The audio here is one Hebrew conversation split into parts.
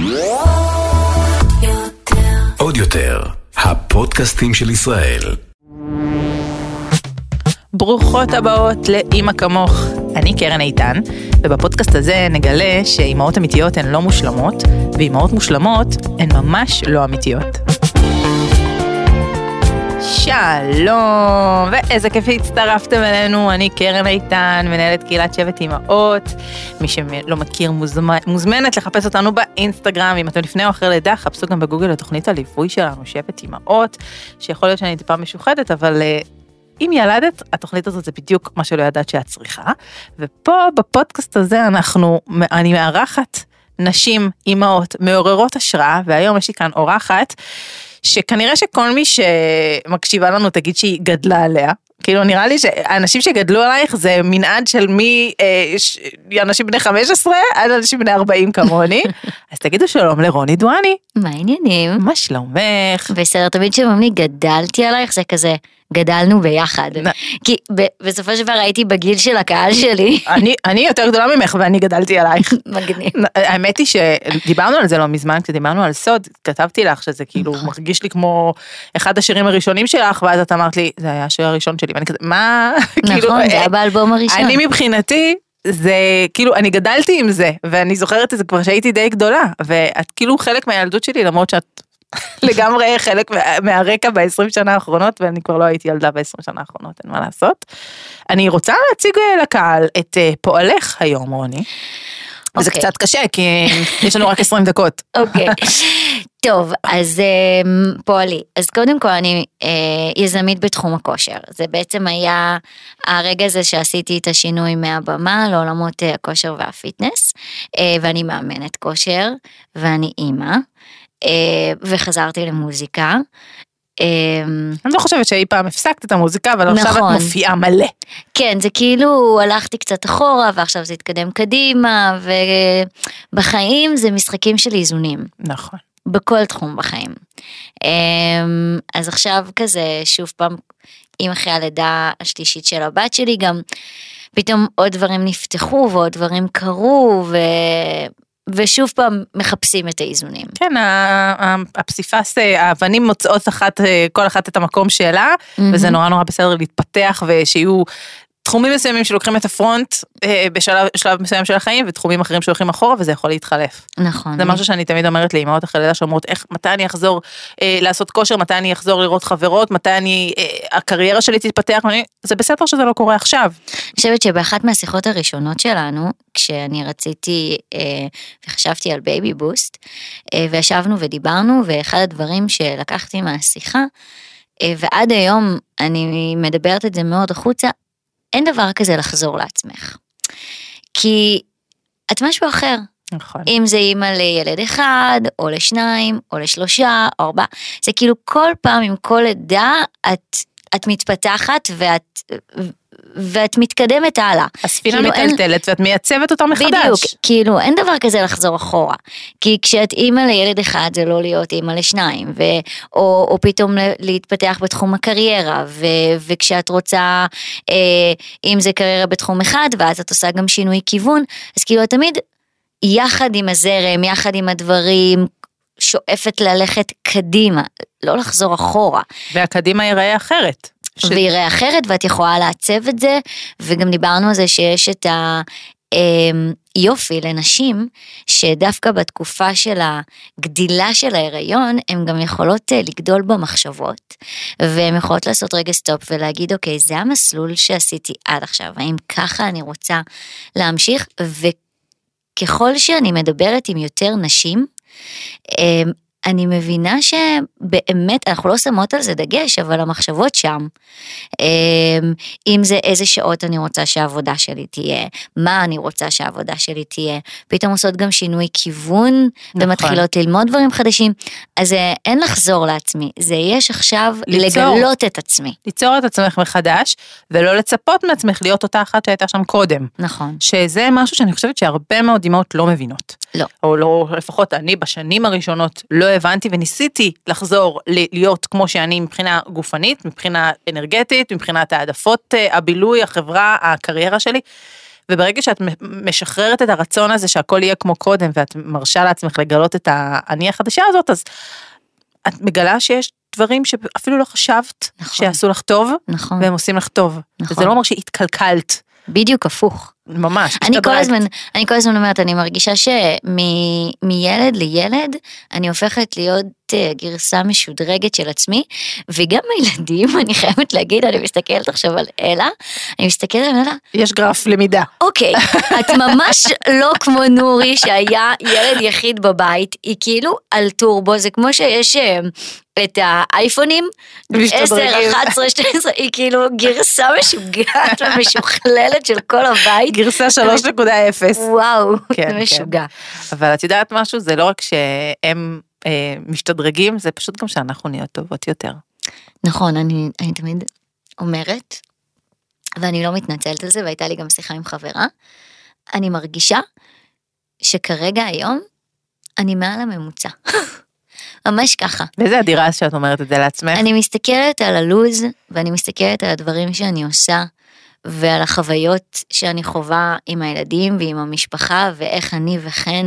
עוד יותר, הפודקאסטים של ישראל. ברוכות הבאות לאמא כמוך. אני קרן איתן, ובפודקאסט הזה נגלה שאימהות אמיתיות הן לא מושלמות, ואימהות מושלמות הן ממש לא אמיתיות. שלום, ואיזה כיף שהצטרפתם אלינו. אני קרן איתן, מנהלת קהילת שבט אימהות. מי שלא מכיר מוזמנת לחפש אותנו באינסטגרם. אם אתם לפני או אחרי לידה, חפשו גם בגוגל לתוכנית הליווי שלנו, שבט אימהות, שיכול להיות שאני טיפה משוחדת, אבל אם ילדת, התוכנית הזאת זה בדיוק מה שלא ידעת שאת צריכה. ופה בפודקאסט הזה אני מארחת נשים אימהות מעוררות השראה, והיום יש לי כאן אורחת, שכנראה שכל מי שמקשיבה לנו תגיד שהיא גדלה עליה, כאילו נראה לי שאנשים שגדלו עלייך זה מנעד של אנשים בני 15 עד אנשים בני 40 כמוני, אז תגידו שלום לרוני דואני. מה העניינים? מה שלומך? בסדר, תמיד שאומרים לי גדלתי עלייך, זה כזה גדלנו ביחד, כי בסופו של דבר הייתי בגיל של הקהל שלי. אני יותר גדולה ממך ואני גדלתי עלייך. מגניב. האמת היא שדיברנו על זה לא מזמן, כשדיברנו על סוד, כתבתי לך שזה כאילו מרגיש לי כמו אחד השירים הראשונים שלך, ואז את אמרת לי, זה היה השיר הראשון שלי, ואני כזה, מה? נכון, זה היה באלבום הראשון. אני מבחינתי, זה כאילו, אני גדלתי עם זה, ואני זוכרת את זה כבר שהייתי די גדולה, ואת כאילו חלק מהילדות שלי, למרות שאת לגמרי חלק מהרקע ב-20 שנה האחרונות, ואני כבר לא הייתי ילדה ב-20 שנה האחרונות, אין מה לעשות. אני רוצה להציג לקהל את פועלך היום, רוני. וזה קצת קשה, כי יש לנו רק 20 דקות. אוקיי. טוב, אז פועלי. אז קודם כל אני יזמית בתחום הכושר. זה בעצם היה הרגע הזה שעשיתי את השינוי מהבמה לעולמות הכושר והפיטנס, ואני מאמנת כושר, ואני אימא. וחזרתי למוזיקה. אני לא חושבת שאי פעם הפסקת את המוזיקה, אבל עכשיו את מופיעה מלא. כן, זה כאילו הלכתי קצת אחורה, ועכשיו זה התקדם קדימה, ובחיים זה משחקים של איזונים. נכון. בכל תחום בחיים. אז עכשיו כזה, שוב פעם, עם אחרי הלידה השלישית של הבת שלי, גם פתאום עוד דברים נפתחו, ועוד דברים קרו, ושוב פעם מחפשים את האיזונים. כן, הפסיפס, האבנים מוצאות כל אחת את המקום שלה, וזה נורא נורא בסדר להתפתח, ושיהיו תחומים מסוימים שלוקחים את הפרונט בשלב מסוים של החיים, ותחומים אחרים שהולכים אחורה, וזה יכול להתחלף. נכון. זה משהו שאני תמיד אומרת לאמהות אחרי לידה, שאומרות, מתי אני אחזור לעשות כושר, מתי אני אחזור לראות חברות, מתי הקריירה שלי תתפתח, זה בסדר שזה לא קורה עכשיו. אני חושבת שבאחת מהשיחות הראשונות שלנו, כשאני רציתי וחשבתי על בייבי בוסט, וישבנו ודיברנו, ואחד הדברים שלקחתי מהשיחה, ועד היום אני מדברת את זה מאוד החוצה, אין דבר כזה לחזור לעצמך. כי את משהו אחר. נכון. אם זה אימא לילד אחד, או לשניים, או לשלושה, או 4. זה כאילו כל פעם עם כל לידה, את מתפתחת ואת מתקדמת הלאה. הספינה כאילו מטלטלת ואת מייצבת אותה מחדש. בדיוק, כאילו אין דבר כזה לחזור אחורה. כי כשאת אימא לילד אחד זה לא להיות אימא לשניים, או פתאום להתפתח בתחום הקריירה, וכשאת רוצה, אם זה קריירה בתחום אחד, ואז את עושה גם שינוי כיוון, אז כאילו את תמיד יחד עם הזרם, יחד עם הדברים, שואפת ללכת קדימה, לא לחזור אחורה. והקדימה ייראה אחרת. ויראה אחרת, ואת יכולה לעצב את זה, וגם דיברנו על זה שיש את היופי לנשים, שדווקא בתקופה של הגדילה של ההיריון, הן גם יכולות לגדול במחשבות, והן יכולות לעשות רגע סטופ, ולהגיד, אוקיי, זה המסלול שעשיתי עד עכשיו, האם ככה אני רוצה להמשיך, וככל שאני מדברת עם יותר נשים, אני מבינה שבאמת, אנחנו לא שמות על זה דגש, אבל המחשבות שם, אם זה איזה שעות אני רוצה שהעבודה שלי תהיה, מה אני רוצה שהעבודה שלי תהיה, פתאום עושות גם שינוי כיוון, ומתחילות ללמוד דברים חדשים, אז אין לחזור לעצמי, זה יש עכשיו לגלות את עצמי. ליצור את עצמך מחדש, ולא לצפות מעצמך להיות אותה אחת שהייתה שם קודם. נכון. שזה משהו שאני חושבת שהרבה מאוד אמהות לא מבינות. לא. או לא, לפחות אני בשנים הראשונות לא הבנתי וניסיתי לחזור להיות כמו שאני מבחינה גופנית, מבחינה אנרגטית, מבחינת העדפות, הבילוי, החברה, הקריירה שלי, וברגע שאת משחררת את הרצון הזה שהכל יהיה כמו קודם, ואת מרשה לעצמך לגלות את האני החדשה הזאת, אז את מגלה שיש דברים שאפילו לא חשבת שיעשו לך טוב, והם עושים לך טוב. וזה לא אומר שהתקלקלת. בדיוק הפוך. ממש. אני כל הזמן אומרת, אני מרגישה שמילד לילד, אני הופכת להיות גרסה משודרגת של עצמי, וגם הילדים, אני חייבת להגיד, אני מסתכלת עכשיו על אלה, אני מסתכלת על אלה. יש גרף למידה. אוקיי, את ממש לא כמו נורי, שהיה ילד יחיד בבית, היא כאילו על טורבו, זה כמו שיש את האייפונים, 10, 11, 12, היא כאילו גרסה משוגעת ומשוכללת של כל הבית. גרסה 3.0. וואו, זה משוגע. אבל את יודעת משהו, זה לא רק שהם משתדרגים, זה פשוט גם שאנחנו נהיות טובות יותר. נכון, אני תמיד אומרת, ואני לא מתנצלת על זה, והייתה לי גם שיחה עם חברה, אני מרגישה שכרגע היום, אני מעל הממוצע. ממש ככה. ואיזה אדירה שאת אומרת את זה לעצמך? אני מסתכלת על הלוז, ואני מסתכלת על הדברים שאני עושה, ועל החוויות שאני חווה עם הילדים ועם המשפחה, ואיך אני וכן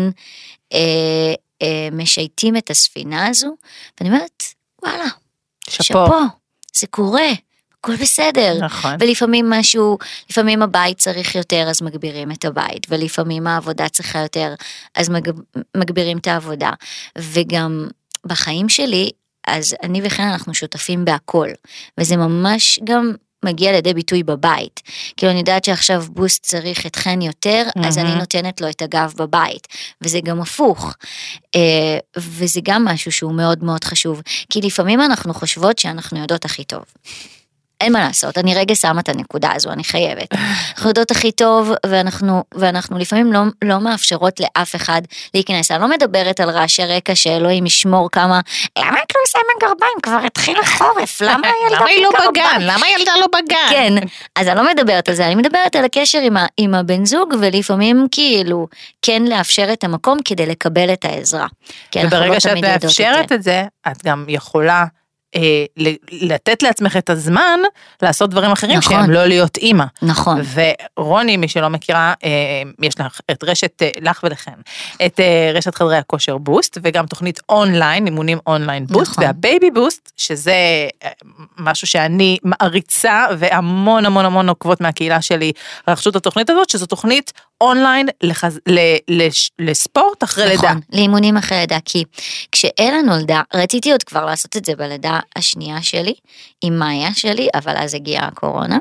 משייטים את הספינה הזו, ואני אומרת, וואלה, שפו, זה קורה, הכל בסדר. נכון. ולפעמים לפעמים הבית צריך יותר, אז מגבירים את הבית, ולפעמים העבודה צריכה יותר, אז מגבירים את העבודה, וגם בחיים שלי, אז אני וכן אנחנו שותפים בהכל, וזה ממש גם מגיע לידי ביטוי בבית, כאילו אני יודעת שעכשיו בוסט צריך את חן יותר, אז אני נותנת לו את הגב בבית, וזה גם הפוך, וזה גם משהו שהוא מאוד מאוד חשוב, כי לפעמים אנחנו חושבות שאנחנו יודעות הכי טוב, אין מה לעשות, אני רגע שמה את הנקודה הזו, אני חייבת. אנחנו יודעות הכי טוב, ואנחנו לפעמים לא מאפשרות לאף אחד להיכנס. אני לא מדברת על רעשי רקע שאלוהים ישמור כמה, למה את לא עושה מגרביים? כבר התחיל החורף, למה הילדה היא לא בגן? למה הילדה לא בגן? כן, אז אני לא מדברת על זה, אני מדברת על הקשר עם הבן זוג, ולפעמים כאילו כן לאפשר את המקום כדי לקבל את העזרה. וברגע שאת מאפשרת את זה, את גם יכולה לתת לעצמך את הזמן לעשות דברים אחרים שהם לא להיות אימא. נכון. ורוני, מי שלא מכירה, יש לך את רשת, לך ולכן, את רשת חדרי הכושר בוסט, וגם תוכנית אונליין, אימונים אונליין בוסט, והבייבי בוסט, שזה משהו שאני מעריצה, והמון המון המון עוקבות מהקהילה שלי, רכשו את התוכנית הזאת, שזו תוכנית אונליין לספורט אחרי לידה. נכון, לאימונים אחרי לידה, כי כשאלה נולדה, רציתי עוד כבר לעשות את זה בלידה השנייה שלי, עם מאיה שלי, אבל אז הגיעה הקורונה,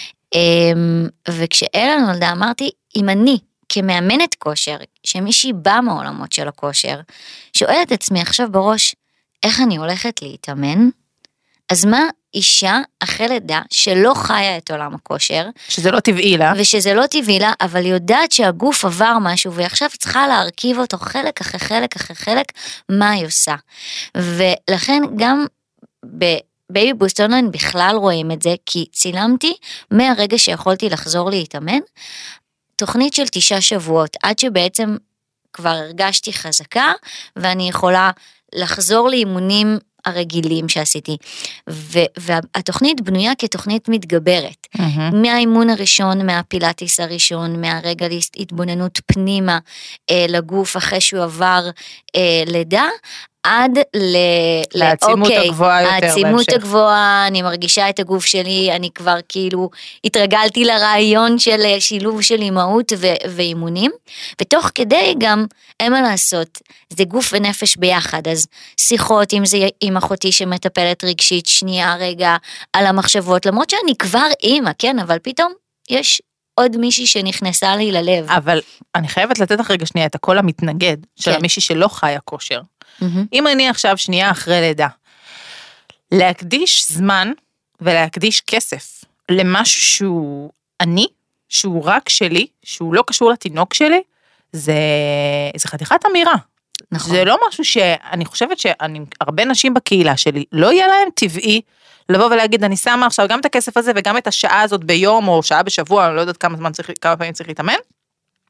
וכשאלה נולדה אמרתי, אם אני כמאמנת כושר, שמישהי באה מעולמות של הכושר, שואלת עצמי עכשיו בראש, איך אני הולכת להתאמן? אז מה אישה אחרי לידה שלא חיה את עולם הכושר, שזה לא טבעי לה, ושזה לא טבעי לה, אבל יודעת שהגוף עבר משהו, ועכשיו צריכה להרכיב אותו חלק אחרי חלק אחרי חלק, מה היא עושה. ולכן גם בבייבי בוסט אונליין בכלל רואים את זה, כי צילמתי מהרגע שיכולתי לחזור להתאמן, תוכנית של 9 שבועות, עד שבעצם כבר הרגשתי חזקה, ואני יכולה לחזור לאימונים הרגילים שעשיתי, והתוכנית בנויה כתוכנית מתגברת, מהאימון הראשון, מהפילאטיס הראשון, מהרגע להתבוננות פנימה לגוף אחרי שהוא עבר לידה, עד לעצימות הגבוהה יותר. העצימות הגבוהה, אני מרגישה את הגוף שלי, אני כבר כאילו התרגלתי לרעיון של שילוב של אימהות ואימונים, ותוך כדי גם אין מה לעשות, זה גוף ונפש ביחד, אז שיחות, אם זה עם אחותי שמטפלת רגשית, שנייה רגע על המחשבות, למרות שאני כבר אימא, כן, אבל פתאום יש עוד מישהי שנכנסה לי ללב. אבל אני חייבת לתת לך רגע שנייה את הקול המתנגד, של מישהי שלא חיה כושר. אם אני עכשיו שנייה אחרי לידה, להקדיש זמן ולהקדיש כסף למשהו שהוא אני, שהוא רק שלי, שהוא לא קשור לתינוק שלי, זה חתיכת אמירה. נכון. זה לא משהו שאני חושבת שהרבה נשים בקהילה שלי, לא יהיה להם טבעי לבוא ולהגיד, אני שמה עכשיו גם את הכסף הזה וגם את השעה הזאת ביום או שעה בשבוע, אני לא יודעת כמה פעמים צריך להתאמן,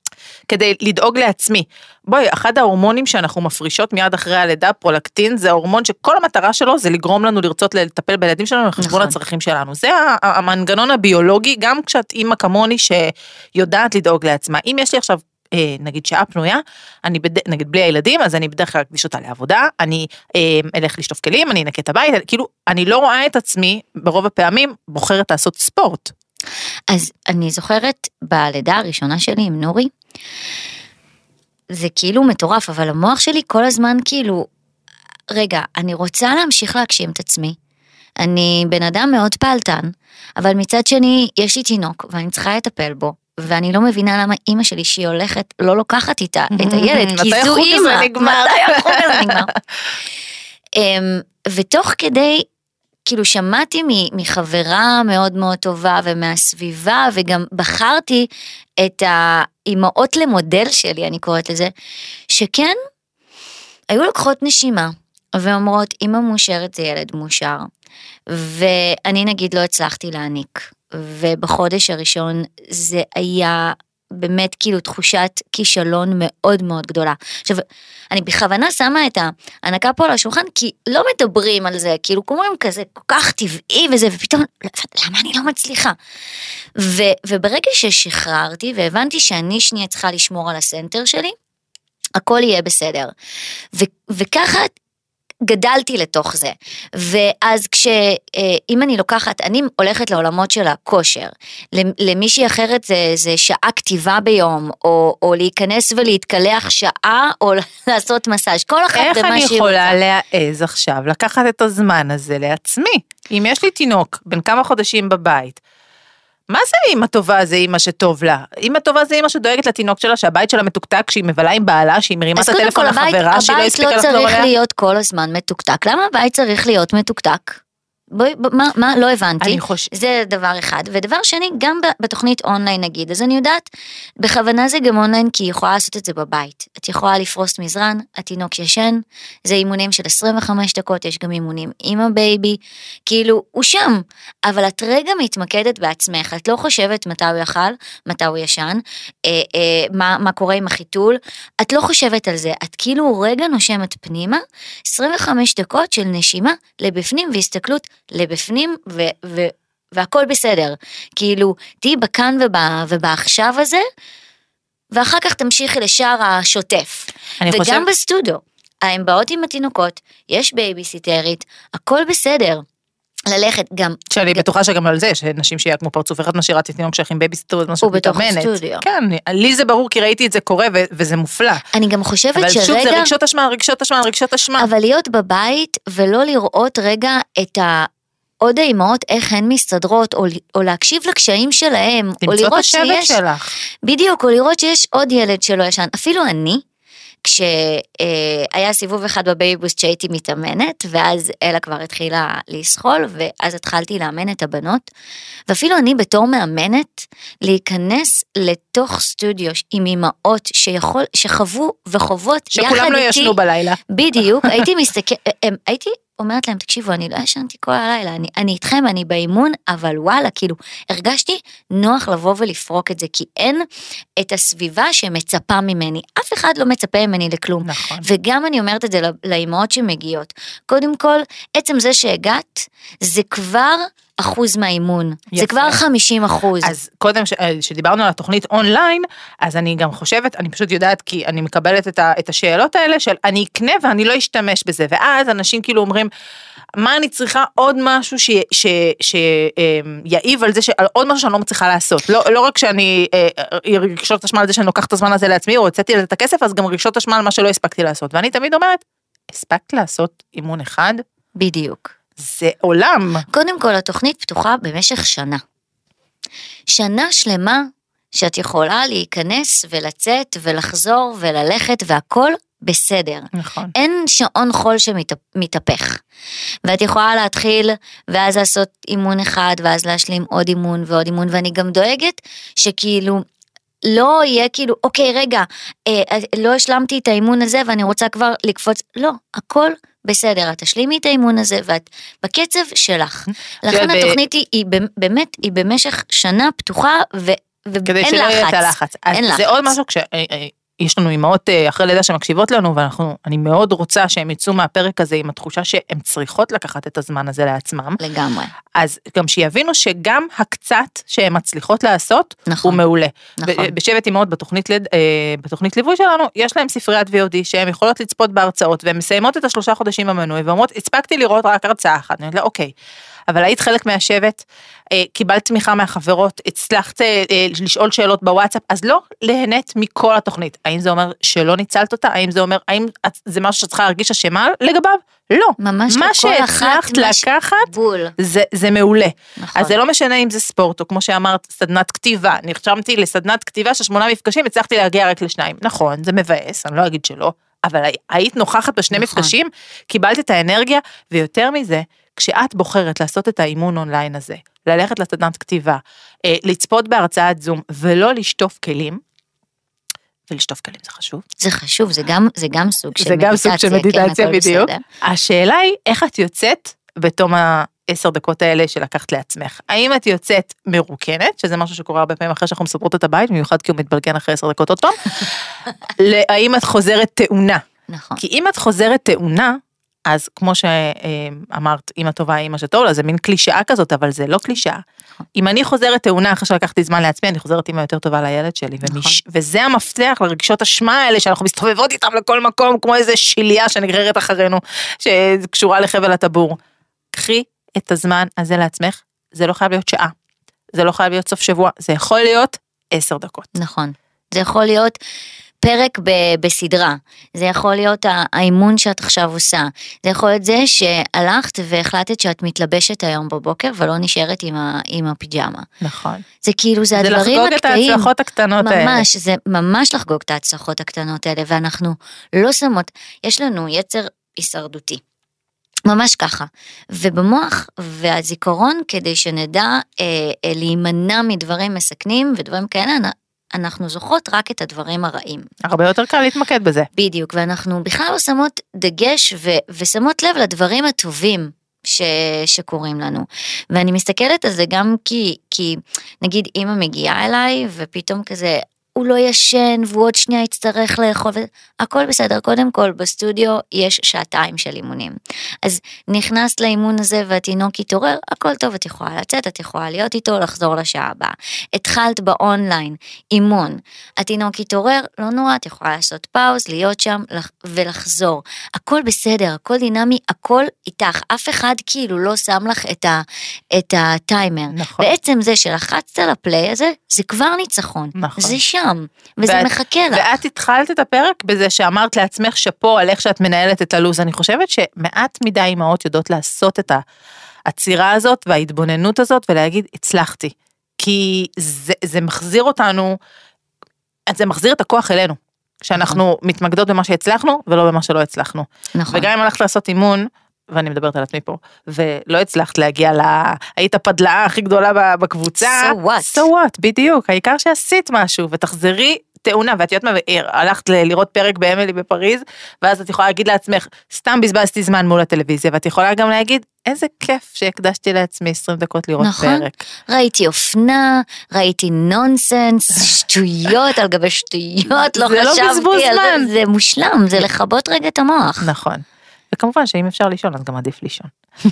כדי לדאוג לעצמי. בואי, אחד ההורמונים שאנחנו מפרישות מיד אחרי הלידה, פרולקטין, זה הורמון שכל המטרה שלו זה לגרום לנו לרצות לטפל בילדים שלנו לחשבון הצרכים שלנו. זה המנגנון הביולוגי, גם כשאת אימא כמוני שיודעת לדאוג לעצמה. אם יש לי עכשיו נגיד שעה פנויה, נגיד בלי הילדים, אז אני בדרך כלל אקדיש אותה לעבודה, אני אלך לשטוף כלים, אני אנקה את הבית, כאילו, אני לא רואה את עצמי, ברוב הפעמים, בוחרת לעשות ספורט. אז אני זוכרת, בלידה הראשונה שלי עם נורי, זה כאילו מטורף, אבל המוח שלי כל הזמן כאילו, רגע, אני רוצה להמשיך להגשים את עצמי, אני בן אדם מאוד פעלתן, אבל מצד שני, יש לי תינוק, ואני צריכה לטפל בו, ואני לא מבינה למה אימא שלי שהיא הולכת, לא לוקחת איתה את הילד, כי זו אימא, מתי החוג הזה נגמר? ותוך כדי, כאילו שמעתי מחברה מאוד מאוד טובה, ומהסביבה, וגם בחרתי את האימהות למודל שלי, אני קוראת לזה, שכן, היו לוקחות נשימה, ואומרות, אימא מאושרת זה ילד מאושר, ואני נגיד לא הצלחתי להעניק, ובחודש הראשון זה היה באמת כאילו תחושת כישלון מאוד מאוד גדולה. עכשיו, אני בכוונה שמה את ההנקה פה על השולחן, כי לא מדברים על זה, כאילו קוראים כזה כל כך טבעי וזה, ופתאום, למה אני לא מצליחה? וברגע ששחררתי, והבנתי שאני שנייה צריכה לשמור על הסנטר שלי, הכל יהיה בסדר. וככה, גדלתי לתוך זה, ואז אם אני לוקחת, אני הולכת לעולמות של הכושר, למישהי אחרת זה שעה כתיבה ביום, או להיכנס ולהתקלח שעה, או לעשות מסאז', כל אחת במה שהיא רוצה. איך אני יכולה להעז עכשיו, לקחת את הזמן הזה לעצמי? אם יש לי תינוק, בין כמה חודשים בבית, מה זה אמא טובה? זה אמא שטוב לה. אמא טובה זה אמא שדואגת לתינוק שלה, שהבית שלה מתוקתק, שהיא מבלה עם בעלה, שהיא מרימה את הטלפון לחברה, שהיא לא הספיקה לחזור עליה. הבית לא צריך להיות כל הזמן מתוקתק. למה הבית צריך להיות מתוקתק? בואי, מה, לא הבנתי. זה דבר אחד. ודבר שני, גם בתוכנית אונליין נגיד, אז אני יודעת, בכוונה זה גם אונליין, כי היא יכולה לעשות את זה בבית. את יכולה לפרוס מזרן, התינוק ישן, זה אימונים של 25 דקות, יש גם אימונים עם הבייבי, כאילו, הוא שם, אבל את רגע מתמקדת בעצמך, את לא חושבת מתי הוא יאכל, מתי הוא ישן, מה קורה עם החיתול, את לא חושבת על זה, את כאילו רגע נושמת פנימה, 25 דקות של נשימה לבפנים והסתכלות לבפנים והכל בסדר, כאילו תהי בכאן ובעכשיו הזה, ואחר כך תמשיכי לשאר השוטף, וגם בסטודיו, הם באות עם התינוקות, יש בייביסיטרית, הכל בסדר, ללכת גם... שאני בטוחה שגם על זה, שנשים שיהיה כמו פרצוף אחד משאירת תינוק שהכין בייביסיטרית, הוא בתוך הסטודיו. כן, לי זה ברור כי ראיתי את זה קורה וזה מופלא. אני גם חושבת אבל שרגע... אבל שוב זה רגשות אשמה. אבל להיות בבית ולא לראות רגע את עוד האימהות, איך הן מסתדרות, או להקשיב לקשיים שלהם, או לראות שיש... למצוא את השבט שלך. בדיוק, או לראות שיש עוד ילד שלא ישן. אפילו אני, כשהיה סיבוב אחד בבייבוסט שהייתי מתאמנת, ואז אלה כבר התחילה לסחול, ואז התחלתי לאמן את הבנות, ואפילו אני בתור מאמנת, להיכנס לתוך סטודיו עם אמהות שחוו וחוות יחד איתי. שכולם לא ישנו בלילה. בדיוק, הייתי אומרת להם, תקשיבו, אני לא ישנתי כל הלילה, אני איתכם, אני באימון, אבל וואלה, כאילו, הרגשתי נוח לבוא ולפרוק את זה, כי אין את הסביבה שמצפה ממני, אף אחד לא מצפה ממני לכלום. נכון. וגם אני אומרת את זה לאימהות שמגיעות. קודם כל, עצם זה שהגעת, זה כבר אחוז מהאימון, זה כבר 50%. אז קודם שדיברנו על התוכנית אונליין, אז אני גם חושבת, אני פשוט יודעת, כי אני מקבלת את השאלות האלה, של אני אקנה ואני לא אשתמש בזה, ואז אנשים כאילו אומרים, מה אני צריכה עוד משהו שיעיב על זה, על עוד משהו שאני לא מצליחה לעשות, לא רק שאני רגשות אשמה על זה שאני לוקח את הזמן הזה לעצמי, או הוצאתי לזה את הכסף, אז גם רגשות אשמה על מה שלא הספקתי לעשות, ואני תמיד אומרת, הספקת לעשות אימון אחד? בדיוק. זה עולם. קודם כל, התוכנית פתוחה במשך שנה. שנה שלמה שאת יכולה להיכנס ולצאת ולחזור וללכת והכל בסדר. נכון. אין שעון חול שמתהפך. ואת יכולה להתחיל ואז לעשות אימון אחד ואז להשלים עוד אימון ועוד אימון, ואני גם דואגת שכאילו לא יהיה כאילו, אוקיי רגע, לא השלמתי את האימון הזה ואני רוצה כבר לקפוץ, לא, הכל בסדר, את תשלימי את האימון הזה ואת בקצב שלך. לכן התוכנית היא באמת, היא במשך שנה פתוחה כדי שלא יהיה את הלחץ. זה עוד משהו יש לנו אמהות אחרי לידה שמקשיבות לנו, ואני מאוד רוצה שהם יצאו מהפרק הזה עם התחושה שהן צריכות לקחת את הזמן הזה לעצמם. לגמרי. אז גם שיבינו שגם הקצת שהן מצליחות לעשות, הוא מעולה. בשבט אמהות בתוכנית ליווי שלנו, יש להם ספריית VOD שהן יכולות לצפות בהרצאות, והן מסיימות את 3 חודשים במנוי, ואומרות, הספקתי לראות רק הרצאה אחת. אני אומרת לה, אוקיי, אבל היית חלק מהשבט, קיבלת תמיכה מהחברות, הצלחת לשאול שאלות בוואטסאפ, אז לא להנית מכל התוכנית. האם זה אומר שלא ניצלת אותה? האם זה אומר, האם זה משהו שצריכה להרגיש אשמה לגביו? לא. ממש מה שהצלחת לקחת, זה מעולה. אז זה לא משנה אם זה ספורט, או כמו שאמרת, סדנת כתיבה. נרשמתי לסדנת כתיבה של 8 מפגשים, הצלחתי להגיע רק ל2. נכון, זה מבאס, אני לא אגיד שלא, אבל היית נוכחת בשני מפגשים, קיבלת את האנרגיה, ויותר מזה, כשאת בוחרת לעשות את האימון אונליין הזה, ללכת לסדנת כתיבה, לצפות בהרצאת זום, ולא לשטוף כלים, ולשטוף כלים זה חשוב. זה חשוב, זה גם סוג של מדיטציה. זה גם סוג של מדיטציה בדיוק. השאלה היא, איך את יוצאת בתום 10 דקות האלה שלקחת לעצמך? האם את יוצאת מרוקנת, שזה משהו שקורה הרבה פעמים אחרי שאנחנו מספרות את הבית, במיוחד כי הוא מתבלגן אחרי 10 דקות עוד פעם? האם את חוזרת טעונה? נכון. כי אם את חוזרת טעונה, אז כמו שאמרת, אמא טובה, אמא שטוב לה, זה מין קלישאה כזאת, אבל זה לא קלישאה. אם אני חוזרת טעונה אחרי שלקחתי זמן לעצמי, אני חוזרת אמא יותר טובה לילד שלי, וזה המפתח לרגשות אשמה האלה, שאנחנו מסתובבות איתם לכל מקום, כמו איזה שיליה שנגררת אחרינו, שקשורה לחבל הטבור. קחי את הזמן הזה לעצמך, זה לא חייב להיות שעה, זה לא חייב להיות סוף שבוע, זה יכול להיות 10 דקות. נכון, זה יכול להיות פרק בסדרה, זה יכול להיות האימון שאת עכשיו עושה, זה יכול להיות זה שהלכת והחלטת שאת מתלבשת היום בבוקר, ולא נשארת עם הפיג'מה. נכון. זה כאילו, זה הדברים הקטעים. זה לחגוג את ההצלחות הקטנות האלה. ממש, זה ממש לחגוג את ההצלחות הקטנות האלה, ואנחנו לא שמות, יש לנו יצר הישרדותי. ממש ככה, ובמוח והזיכרון, כדי שנדע להימנע מדברים מסכנים ודברים כאלה, אנחנו זוכרות רק את הדברים הרעים. הרבה יותר קל להתמקד בזה. בדיוק, ואנחנו בכלל לא שמות דגש ושמות לב לדברים הטובים שקורים לנו. ואני מסתכלת על זה גם כי נגיד אמא מגיעה אליי ופתאום כזה, הוא לא ישן והוא עוד שנייה יצטרך לאכול, הכל בסדר, קודם כל בסטודיו יש 2 של אימונים, אז נכנסת לאימון הזה והתינוק יתעורר, הכל טוב, את יכולה לצאת, את יכולה להיות איתו, לחזור לשעה הבאה, התחלת באונליין, אימון, התינוק יתעורר, לא נורא, את יכולה לעשות פאוז, להיות שם ולחזור, הכל בסדר, הכל דינמי, הכל איתך, אף אחד כאילו לא שם לך את הטיימר, נכון. בעצם זה שלחצת לפליי הזה, זה כבר ניצחון, נכון. זה שם, וזה מחכה לך. ואת התחלת את הפרק בזה שאמרת לעצמך שפו על איך שאת מנהלת את הלוז. אני חושבת שמעט מדי אמהות יודעות לעשות את העצירה הזאת וההתבוננות הזאת ולהגיד הצלחתי. כי זה מחזיר אותנו, זה מחזיר את הכוח אלינו. כשאנחנו מתמקדות במה שהצלחנו ולא במה שלא הצלחנו. נכון. וגם אם הלכת לעשות אימון, ואני מדברת על עצמי פה, ולא הצלחת להגיע היית הפדלאה הכי גדולה בקבוצה. So what? So what, בדיוק. העיקר שעשית משהו, ותחזרי טעונה, ואת יודעת מה, הלכת לראות פרק באמילי בפריז, ואז את יכולה להגיד לעצמך, סתם בזבזתי זמן מול הטלוויזיה, ואת יכולה גם להגיד, איזה כיף שהקדשתי לעצמי 20 דקות לראות נכון. פרק. ראיתי אופנה, ראיתי נונסנס, שטויות על גבי שטויות, לא חשבתי על זה, זה מושלם, זה לחבות רגע את המוח. נכון. וכמובן שאם אפשר לישון, אז גם עדיף לישון.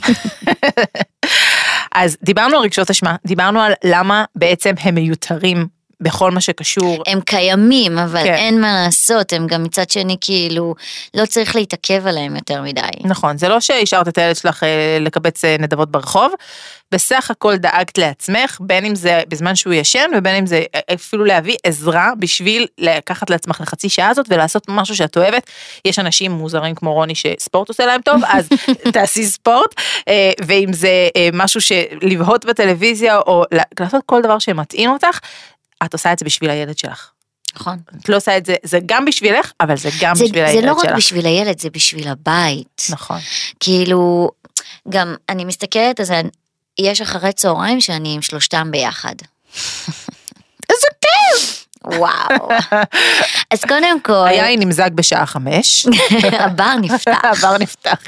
אז דיברנו על רגשות אשמה, דיברנו על למה בעצם הם מיותרים בכל מה שקשור. הם קיימים, אבל כן. אין מה לעשות, הם גם מצד שני כאילו, לא צריך להתעכב עליהם יותר מדי. נכון, זה לא שהשארת את הילד שלך לקבץ נדבות ברחוב, בסך הכל דאגת לעצמך, בין אם זה בזמן שהוא ישן, ובין אם זה אפילו להביא עזרה, בשביל לקחת לעצמך לחצי שעה הזאת, ולעשות משהו שאת אוהבת. יש אנשים מוזרים כמו רוני, שספורט עושה להם טוב, אז תעשי ספורט, ואם זה משהו שלבהות בטלוויזיה, או לעשות כל דבר שמתאים אותך, את עושה את זה בשביל הילד שלך. נכון. את לא עושה את זה, זה גם בשבילך, אבל זה גם בשביל הילד שלך. זה לא רק בשביל הילד, זה בשביל הבית. נכון. כאילו, גם אני מסתכלת, אז יש אחרי צהריים שאני עם 3 ביחד. איזה כיף! וואו. אז קודם כל... היין נמזג בשעה 5. הבר נפתח. הבר נפתח.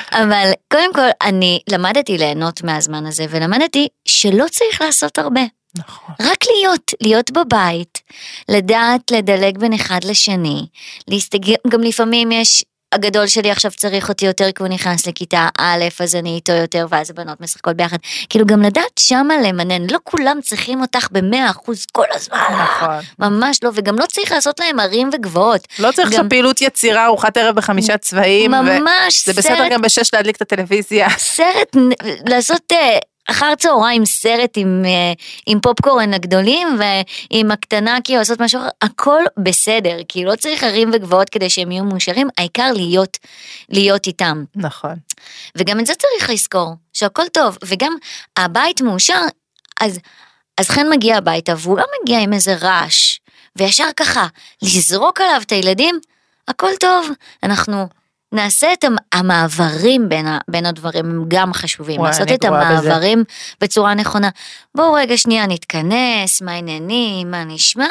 אבל קודם כל, אני למדתי ליהנות מהזמן הזה, ולמדתי שלא צריך לעשות הרבה. נכון. רק להיות בבית, לדעת לדלג בין אחד לשני, גם לפעמים יש, הגדול שלי עכשיו צריך אותי יותר, כי הוא נכנס לכיתה א', אז אני איתו יותר, ואז הבנות משחקות ביחד, כאילו גם לדעת שמה למנן, לא כולם צריכים אותך ב100% כל הזמן, נכון. ממש לא, וגם לא צריך לעשות להם ערים וגבוהות. לא צריך גם פעילות יצירה, ארוחת ערב ב5 צבעים, ממש זה בסדר גם ב6 להדליק את הטלוויזיה. סרט, לעשות אחר צהריים סרט עם פופקורן הגדולים, ועם הקטנה כי לעשות משהו, הכל בסדר, כי לא צריך ערים וגבוהות כדי שהם יהיו מאושרים, העיקר להיות איתם. נכון. וגם את זה צריך לזכור, שהכל טוב, וגם הבית מאושר, אז חן מגיע הביתה, והוא לא מגיע עם איזה רעש, וישר ככה, לזרוק עליו את הילדים, הכל טוב, אנחנו נעשה את המעברים בין הדברים, הם גם חשובים, לעשות את המעברים בצורה נכונה. בואו רגע שנייה נתכנס, מה העניינים, מה נשמע,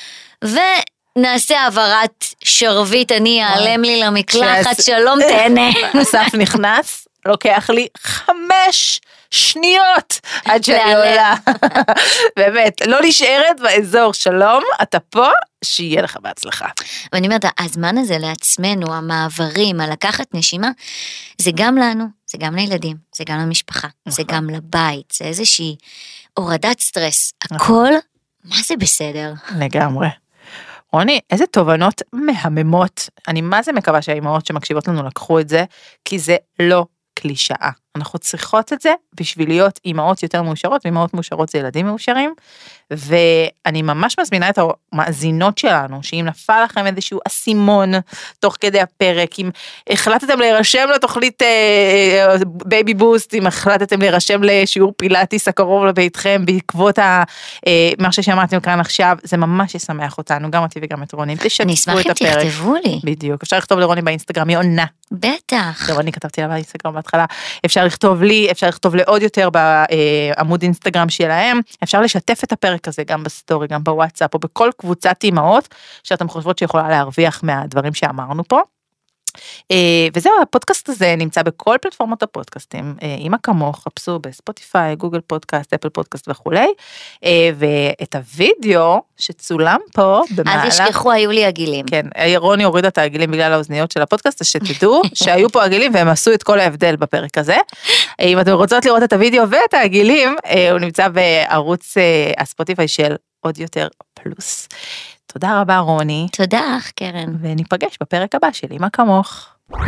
ונעשה העברת שרבית, אני אעלם לי למקלחת, שלום תהנה. אסף נכנס, לוקח לי 5 שניות עד שאני עולה. באמת, לא נשארת באזור, שלום, אתה פה, שיהיה לך בהצלחה. ואני אומרת, הזמן הזה לעצמנו, המעברים, הלקחת נשימה, זה גם לנו, זה גם לילדים, זה גם למשפחה, זה גם לבית, זה איזושהי הורדת סטרס. הכל, מה זה בסדר? לגמרי. רוני, איזה תובנות מהממות, אני מה זה מקווה שהאימהות שמקשיבות לנו לקחו את זה, כי זה לא קלישאה. אנחנו צריכות את זה בשביל להיות אימהות יותר מאושרות, ואימהות מאושרות זה ילדים מאושרים, ואני ממש מזמינה את המאזינות שלנו, שאם נפל לכם איזשהו אסימון תוך כדי הפרק, אם החלטתם להירשם לתוכנית בייבי בוסט, אם החלטתם להירשם לשיעור פילאטיס הקרוב לביתכם, בעקבות מה ששמעתם כאן עכשיו, זה ממש ישמח אותנו, גם אותי וגם את רוני, אני אשמח אם תכתבו לי. בדיוק, אפשר לכתוב לרוני באינסטגרם, היא עונה. בטח. רוני כתבתי לה באינסטגרם בהתחלה, אפשר לכתוב לי, אפשר לכתוב לעוד יותר בעמוד אינסטגרם שלהם, אפשר לשתף את הפרק הזה גם בסטורי, גם בוואטסאפ, או בכל קבוצת אימהות, שאתם חושבות שיכולה להרוויח מהדברים שאמרנו פה. וזהו, הפודקאסט הזה נמצא בכל פלטפורמות הפודקאסטים, אמא כמוך, חפשו בספוטיפיי, גוגל פודקאסט, אפל פודקאסט וכולי, ואת הוידאו שצולם פה במהלך... אז ישכחו, היו לי עגילים. כן, רוני הורידה את העגילים בגלל האוזניות של הפודקאסט, אז שתדעו שהיו פה עגילים והם עשו את כל ההבדל בפרק הזה. אם אתם רוצות לראות את הוידאו ואת העגילים, הוא נמצא בערוץ הספוטיפיי של עוד יותר פלוס. תודה רבה רוני. תודה קרן. וניפגש בפרק הבא של אמא כמוך.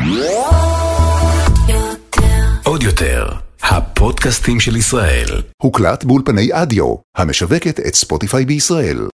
עוד יותר, הפודקאסטים של ישראל. הוקלט באולפני אדיו, המשווקת את ספוטיפיי בישראל.